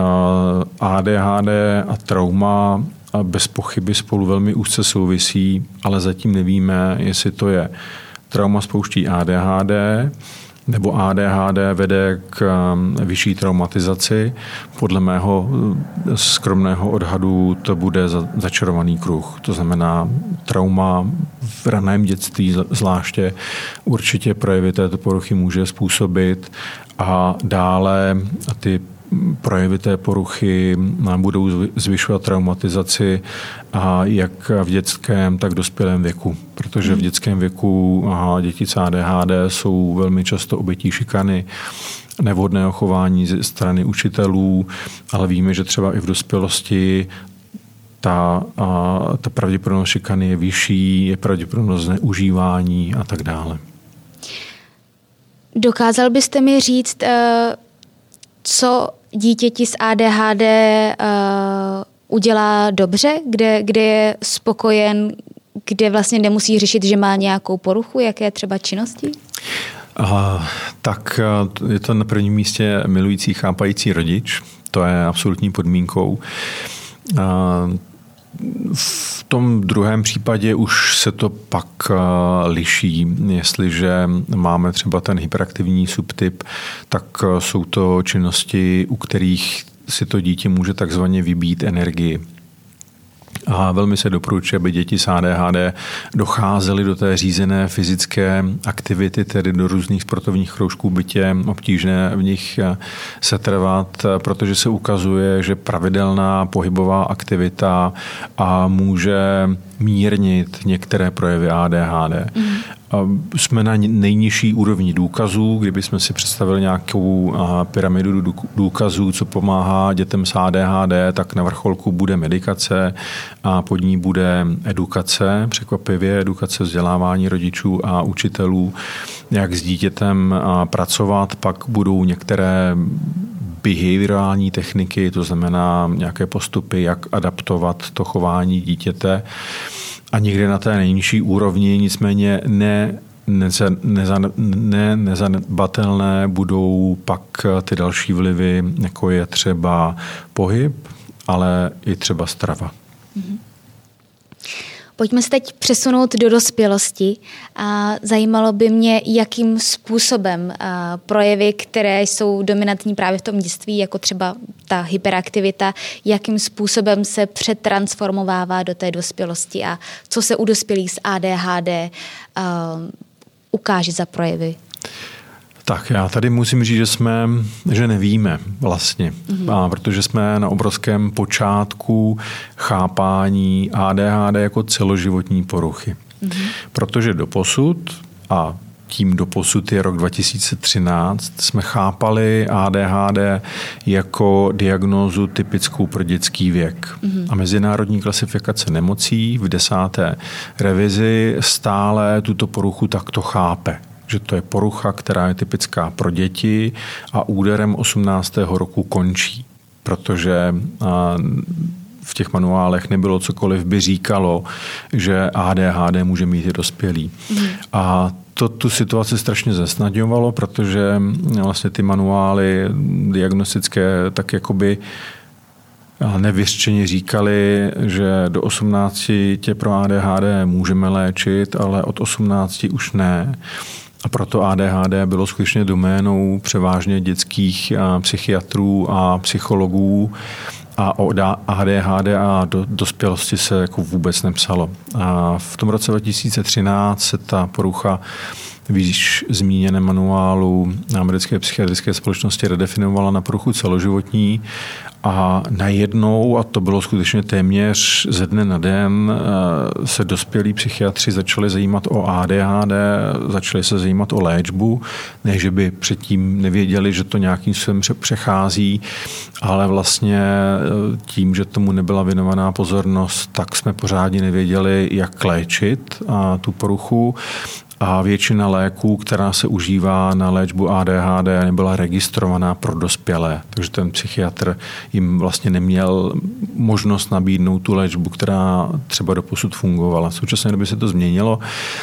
A D H D a trauma bez pochyby spolu velmi úzce souvisí, ale zatím nevíme, jestli to je trauma spouští A D H D, nebo A D H D vede k vyšší traumatizaci. Podle mého skromného odhadu to bude začarovaný kruh. To znamená trauma v raném dětství zvláště určitě projevy této poruchy může způsobit a dále ty projevy té poruchy budou zvyšovat traumatizaci a jak v dětském, tak v dospělém věku. Protože v dětském věku děti s A D H D jsou velmi často obětí šikany, nevhodného chování ze strany učitelů, ale víme, že třeba i v dospělosti ta, ta pravděpodobnost šikany je vyšší, je pravděpodobnost zneužívání a tak dále. Dokázal byste mi říct, co dítěti s A D H D uh, udělá dobře, kde, kde je spokojen, kde vlastně nemusí řešit, že má nějakou poruchu, jaké třeba činnosti? Uh, tak je to na prvním místě milující, chápající rodič. To je absolutní podmínkou. Uh, V tom druhém případě už se to pak liší. Jestliže máme třeba ten hyperaktivní subtyp, tak jsou to činnosti, u kterých si to dítě může takzvaně vybít energii. A velmi se doporučuje, aby děti s A D H D docházely do té řízené fyzické aktivity, tedy do různých sportovních kroužků, byť je obtížné v nich setrvat, protože se ukazuje, že pravidelná pohybová aktivita a může mírnit některé projevy A D H D. Mm. Jsme na nejnižší úrovni důkazů, kdybychom si představili nějakou pyramidu důkazů, co pomáhá dětem s A D H D, tak na vrcholku bude medikace a pod ní bude edukace, překvapivě edukace, vzdělávání rodičů a učitelů, jak s dítětem pracovat, pak budou některé behaviorální techniky, to znamená nějaké postupy, jak adaptovat to chování dítěte. A někde na té nejnižší úrovni, nicméně ne, neza, neza, ne nezanedbatelné budou pak ty další vlivy, jako je třeba pohyb, ale i třeba strava. Mm-hmm. Pojďme se teď přesunout do dospělosti. A zajímalo by mě, jakým způsobem projevy, které jsou dominantní právě v tom dětství, jako třeba ta hyperaktivita, jakým způsobem se přetransformovává do té dospělosti a co se u dospělých s A D H D ukáže za projevy. Tak já tady musím říct, že jsme, že nevíme vlastně, mm-hmm. a protože jsme na obrovském počátku chápání A D H D jako celoživotní poruchy. Mm-hmm. Protože doposud, a tím doposud je rok dva tisíce třináct, jsme chápali A D H D jako diagnózu typickou pro dětský věk. Mm-hmm. A mezinárodní klasifikace nemocí v desáté revizi stále tuto poruchu takto chápe. Že to je porucha, která je typická pro děti a úderem osmnáctého roku končí. Protože v těch manuálech nebylo cokoliv by říkalo, že A D H D může mít i dospělý. Mm. A to tu situaci strašně zesnadňovalo, protože vlastně ty manuály diagnostické tak jakoby nevyřčeně říkali, že do osmnácti tě pro A D H D můžeme léčit, ale od osmnácti už ne. A proto A D H D bylo skutečně doménou převážně dětských psychiatrů a psychologů a o A D H D a do, dospělosti se jako vůbec nepsalo. A v tom roce dva tisíce třináct se ta porucha v již zmíněném manuálu Americké psychiatrické společnosti redefinovala na poruchu celoživotní a najednou, a to bylo skutečně téměř ze dne na den, se dospělí psychiatři začali zajímat o A D H D, začali se zajímat o léčbu, ne, že by předtím nevěděli, že to nějakým způsobem přechází, ale vlastně tím, že tomu nebyla věnovaná pozornost, tak jsme pořádně nevěděli, jak léčit a tu poruchu. A většina léků, která se užívá na léčbu A D H D, nebyla registrovaná pro dospělé. Takže ten psychiatr jim vlastně neměl možnost nabídnout tu léčbu, která třeba doposud fungovala. V současné době se to změnilo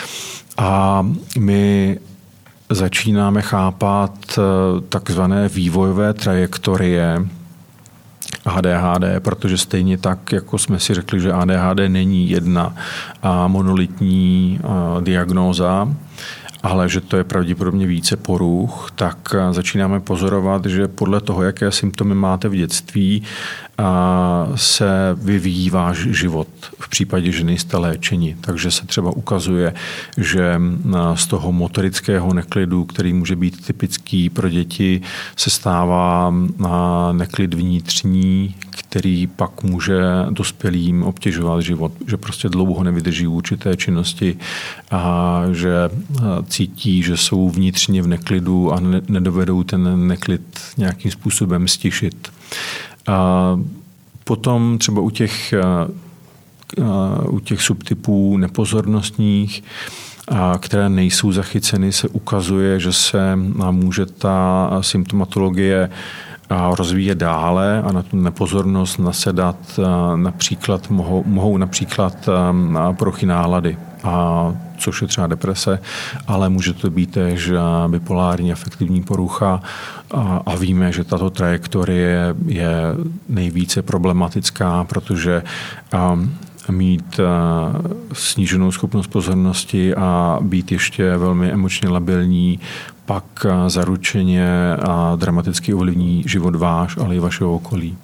a my začínáme chápat takzvané vývojové trajektorie A D H D, protože stejně tak, jako jsme si řekli, že A D H D není jedna monolitní diagnóza, ale že to je pravděpodobně více poruch, tak začínáme pozorovat, že podle toho, jaké symptomy máte v dětství, se vyvíjí váš život v případě, že nejste léčeni. Takže se třeba ukazuje, že z toho motorického neklidu, který může být typický pro děti, se stává neklid vnitřní, který pak může dospělým obtěžovat život, že prostě dlouho nevydrží určité činnosti a že cítí, že jsou vnitřně v neklidu a nedovedou ten neklid nějakým způsobem stišit. A potom třeba u těch, u těch subtypů nepozornostních, které nejsou zachyceny, se ukazuje, že se může ta symptomatologie rozvíjet dále a na tu nepozornost nasedat například, mohou, mohou například poruchy nálady, a což je třeba deprese, ale může to být též bipolární afektivní porucha a, a víme, že tato trajektorie je nejvíce problematická, protože um, mít uh, sníženou schopnost pozornosti a být ještě velmi emočně labilní pak uh, zaručeně a dramaticky ovlivní život váš, ale i vašeho okolí.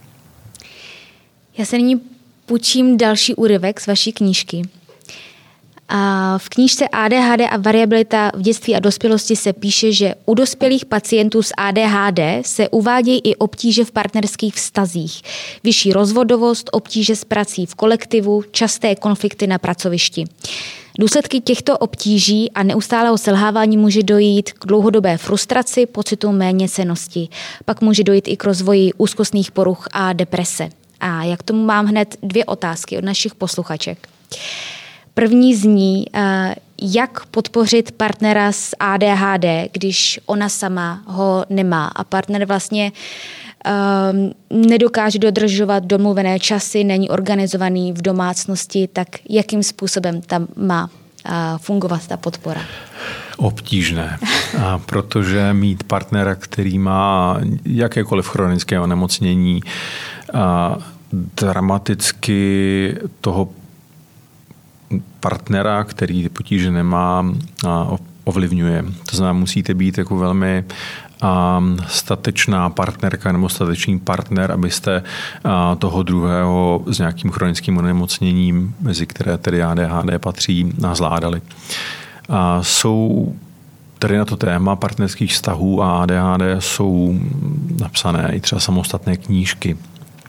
Já se nyní půjčím další úryvek z vaší knížky. A v knížce A D H D a variabilita v dětství a dospělosti se píše, že u dospělých pacientů s A D H D se uvádějí i obtíže v partnerských vztazích, vyšší rozvodovost, obtíže s prací v kolektivu, časté konflikty na pracovišti. Důsledky těchto obtíží a neustálého selhávání může dojít k dlouhodobé frustraci, pocitu méněcennosti. Pak může dojít i k rozvoji úzkostných poruch a deprese. A jak tomu mám hned dvě otázky od našich posluchaček. První zní, jak podpořit partnera s A D H D, když ona sama ho nemá a partner vlastně um, nedokáže dodržovat domluvené časy, není organizovaný v domácnosti, tak jakým způsobem tam má uh, fungovat ta podpora? Obtížné, a protože mít partnera, který má jakékoliv chronické onemocnění, a dramaticky toho partnera, který ty potíže nemá, ovlivňuje. To znamená, musíte být jako velmi statečná partnerka nebo statečný partner, abyste toho druhého s nějakým chronickým onemocněním, mezi které tedy A D H D patří, zvládali. Jsou tady na to téma partnerských vztahů a A D H D jsou napsané i třeba samostatné knížky,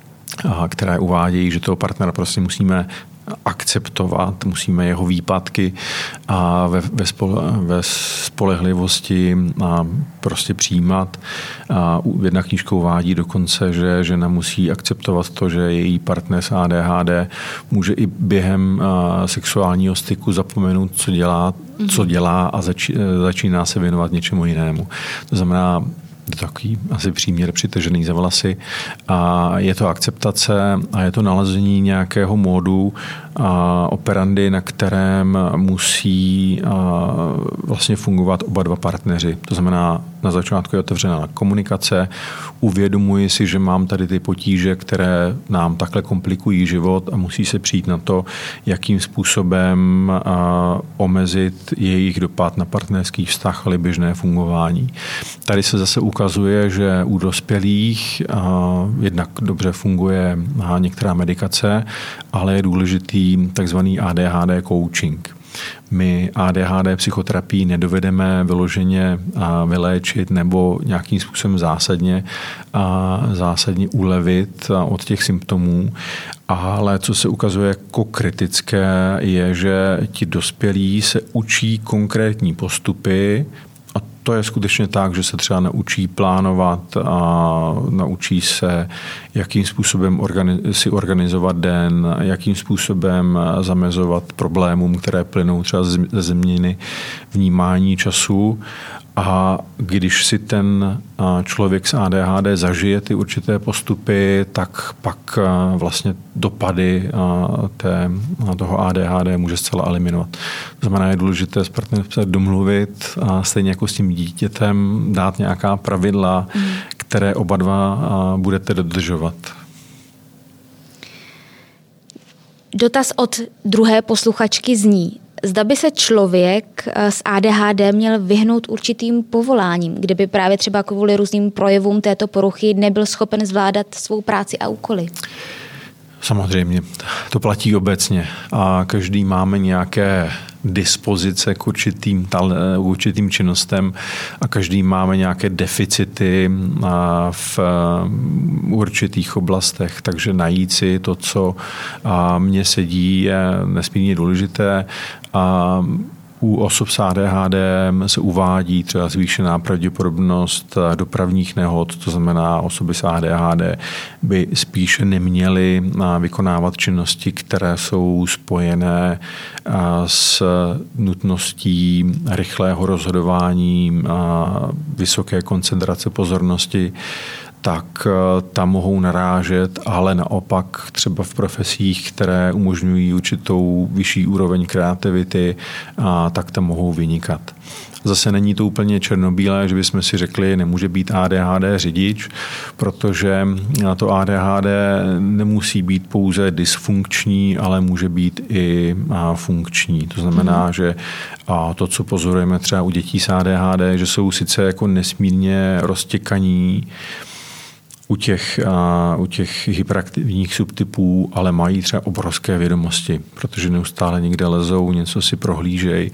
které uvádějí, že toho partnera prostě musíme akceptovat, musíme jeho výpadky a ve, ve, spole, ve spolehlivosti a prostě přijímat. A jedna knížka uvádí dokonce, že žena musí akceptovat to, že její partner s A D H D může i během sexuálního styku zapomenout, co dělá, mm-hmm. co dělá a zač, začíná se věnovat něčemu jinému. To znamená, takový asi příměr přitažený za vlasy. A je to akceptace a je to nalezení nějakého módu a operandy, na kterém musí vlastně fungovat oba dva partneři. To znamená, na začátku je otevřená komunikace, uvědomuji si, že mám tady ty potíže, které nám takhle komplikují život a musí se přijít na to, jakým způsobem omezit jejich dopad na partnerský vztah a běžné fungování. Tady se zase ukazuje, že u dospělých jednak dobře funguje některá medikace, ale je důležitý takzvaný A D H D coaching. My A D H D psychoterapii nedovedeme vyloženě vyléčit nebo nějakým způsobem zásadně, zásadně ulevit od těch symptomů, ale co se ukazuje jako kritické, je, že ti dospělí se učí konkrétní postupy. To je skutečně tak, že se třeba naučí plánovat a naučí se, jakým způsobem si organizovat den, jakým způsobem zamezovat problémům, které plynou třeba ze změny vnímání času. A když si ten člověk s A D H D zažije ty určité postupy, tak pak vlastně dopady té, toho A D H D může zcela eliminovat. To znamená, je důležité s partnerem domluvit a stejně jako s tím dítětem dát nějaká pravidla, mm. které oba dva budete dodržovat. Dotaz od druhé posluchačky zní: zda by se člověk s A D H D měl vyhnout určitým povoláním, kdyby právě třeba kvůli různým projevům této poruchy nebyl schopen zvládat svou práci a úkoly? Samozřejmě, to platí obecně a každý máme nějaké dispozice k určitým, k určitým činnostem a každý máme nějaké deficity v určitých oblastech, takže najít si to, co mně sedí, je nesmírně důležité. A u osob s A D H D se uvádí třeba zvýšená pravděpodobnost dopravních nehod, to znamená, osoby s A D H D by spíše neměly vykonávat činnosti, které jsou spojené s nutností rychlého rozhodování, vysoké koncentrace pozornosti, tak tam mohou narážet, ale naopak třeba v profesích, které umožňují určitou vyšší úroveň kreativity, a tak tam mohou vynikat. Zase není to úplně černobílé, že bychom si řekli, nemůže být A D H D řidič, protože to A D H D nemusí být pouze dysfunkční, ale může být i funkční. To znamená, hmm. že to, co pozorujeme třeba u dětí s A D H D, že jsou sice jako nesmírně roztěkaní, U těch, uh, u těch hyperaktivních subtypů, ale mají třeba obrovské vědomosti, protože neustále někde lezou, něco si prohlížejí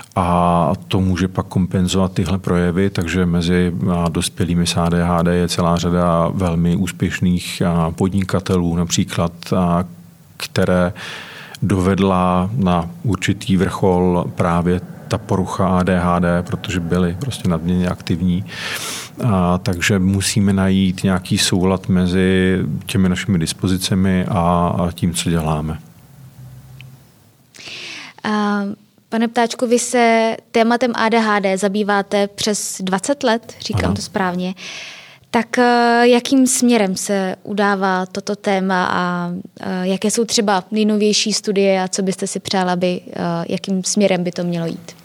a to může pak kompenzovat tyhle projevy, takže mezi uh, dospělými s A D H D je celá řada velmi úspěšných uh, podnikatelů, například, uh, které dovedla na určitý vrchol právě ta porucha A D H D, protože byli prostě nadměrně aktivní. A, takže musíme najít nějaký soulad mezi těmi našimi dispozicemi a, a tím, co děláme. A, pane Ptáčku, vy se tématem A D H D zabýváte přes dvacet let, říkám ano. to správně. Tak jakým směrem se udává toto téma a jaké jsou třeba nejnovější studie a co byste si přála, aby, jakým směrem by to mělo jít?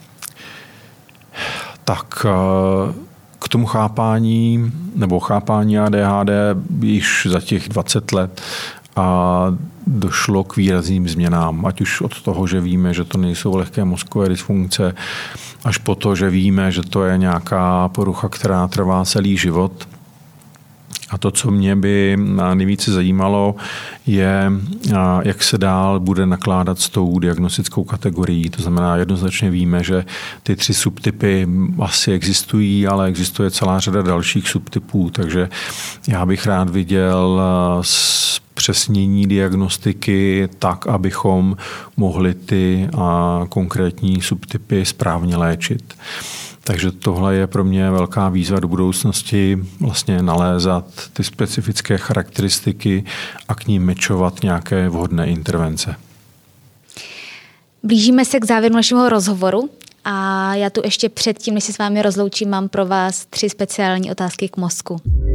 Tak k tomu chápání nebo chápání A D H D již za těch dvacet let a došlo k výrazným změnám, ať už od toho, že víme, že to nejsou lehké mozkové dysfunkce, až po to, že víme, že to je nějaká porucha, která trvá celý život. A to, co mě by nejvíce zajímalo, je, jak se dál bude nakládat s tou diagnostickou kategorií. To znamená, jednoznačně víme, že ty tři subtypy asi existují, ale existuje celá řada dalších subtypů, takže já bych rád viděl zpřesnění diagnostiky tak, abychom mohli ty konkrétní subtypy správně léčit. Takže tohle je pro mě velká výzva do budoucnosti, vlastně nalézat ty specifické charakteristiky a k ním mečovat nějaké vhodné intervence. Blížíme se k závěru našeho rozhovoru a já tu ještě předtím, než se s vámi rozloučím, mám pro vás tři speciální otázky k mozku.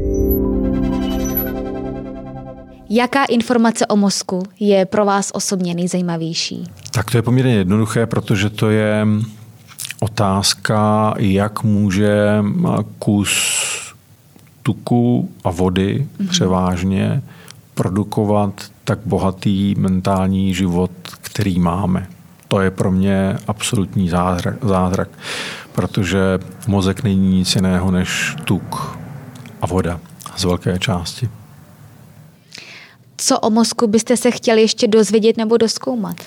Jaká informace o mozku je pro vás osobně nejzajímavější? Tak to je poměrně jednoduché, protože to je otázka, jak může kus tuku a vody mm-hmm. převážně produkovat tak bohatý mentální život, který máme. To je pro mě absolutní zázrak, zázrak, protože mozek není nic jiného než tuk a voda z velké části. Co o mozku byste se chtěli ještě dozvědět nebo dozkoumat?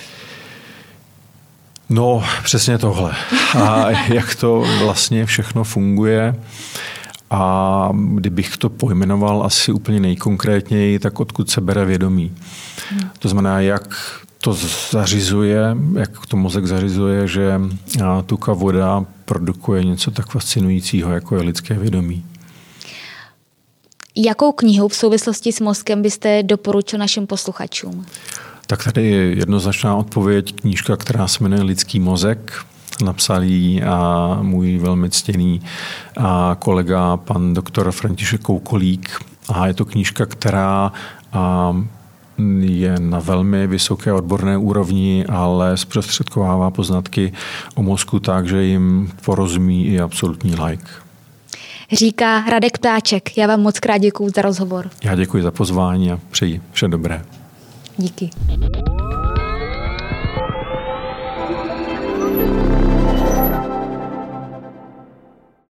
No, přesně tohle. A jak to vlastně všechno funguje. A kdybych to pojmenoval asi úplně nejkonkrétněji, tak odkud se bere vědomí. Hmm. To znamená, jak to zařizuje, jak to mozek zařizuje, že tuka voda produkuje něco tak fascinujícího, jako je lidské vědomí. Jakou knihu v souvislosti s mozkem byste doporučil našim posluchačům? Tak tady je jednoznačná odpověď, knížka, která se jmenuje Lidský mozek. Napsal ji a můj velmi ctěný a kolega, pan doktor František Koukolík. A je to knížka, která je na velmi vysoké odborné úrovni, ale zprostředkovává poznatky o mozku tak, že jim porozumí i absolutní laik. Říká Radek Ptáček. Já vám moc krát děkuju za rozhovor. Já děkuji za pozvání a přeji vše dobré. Díky.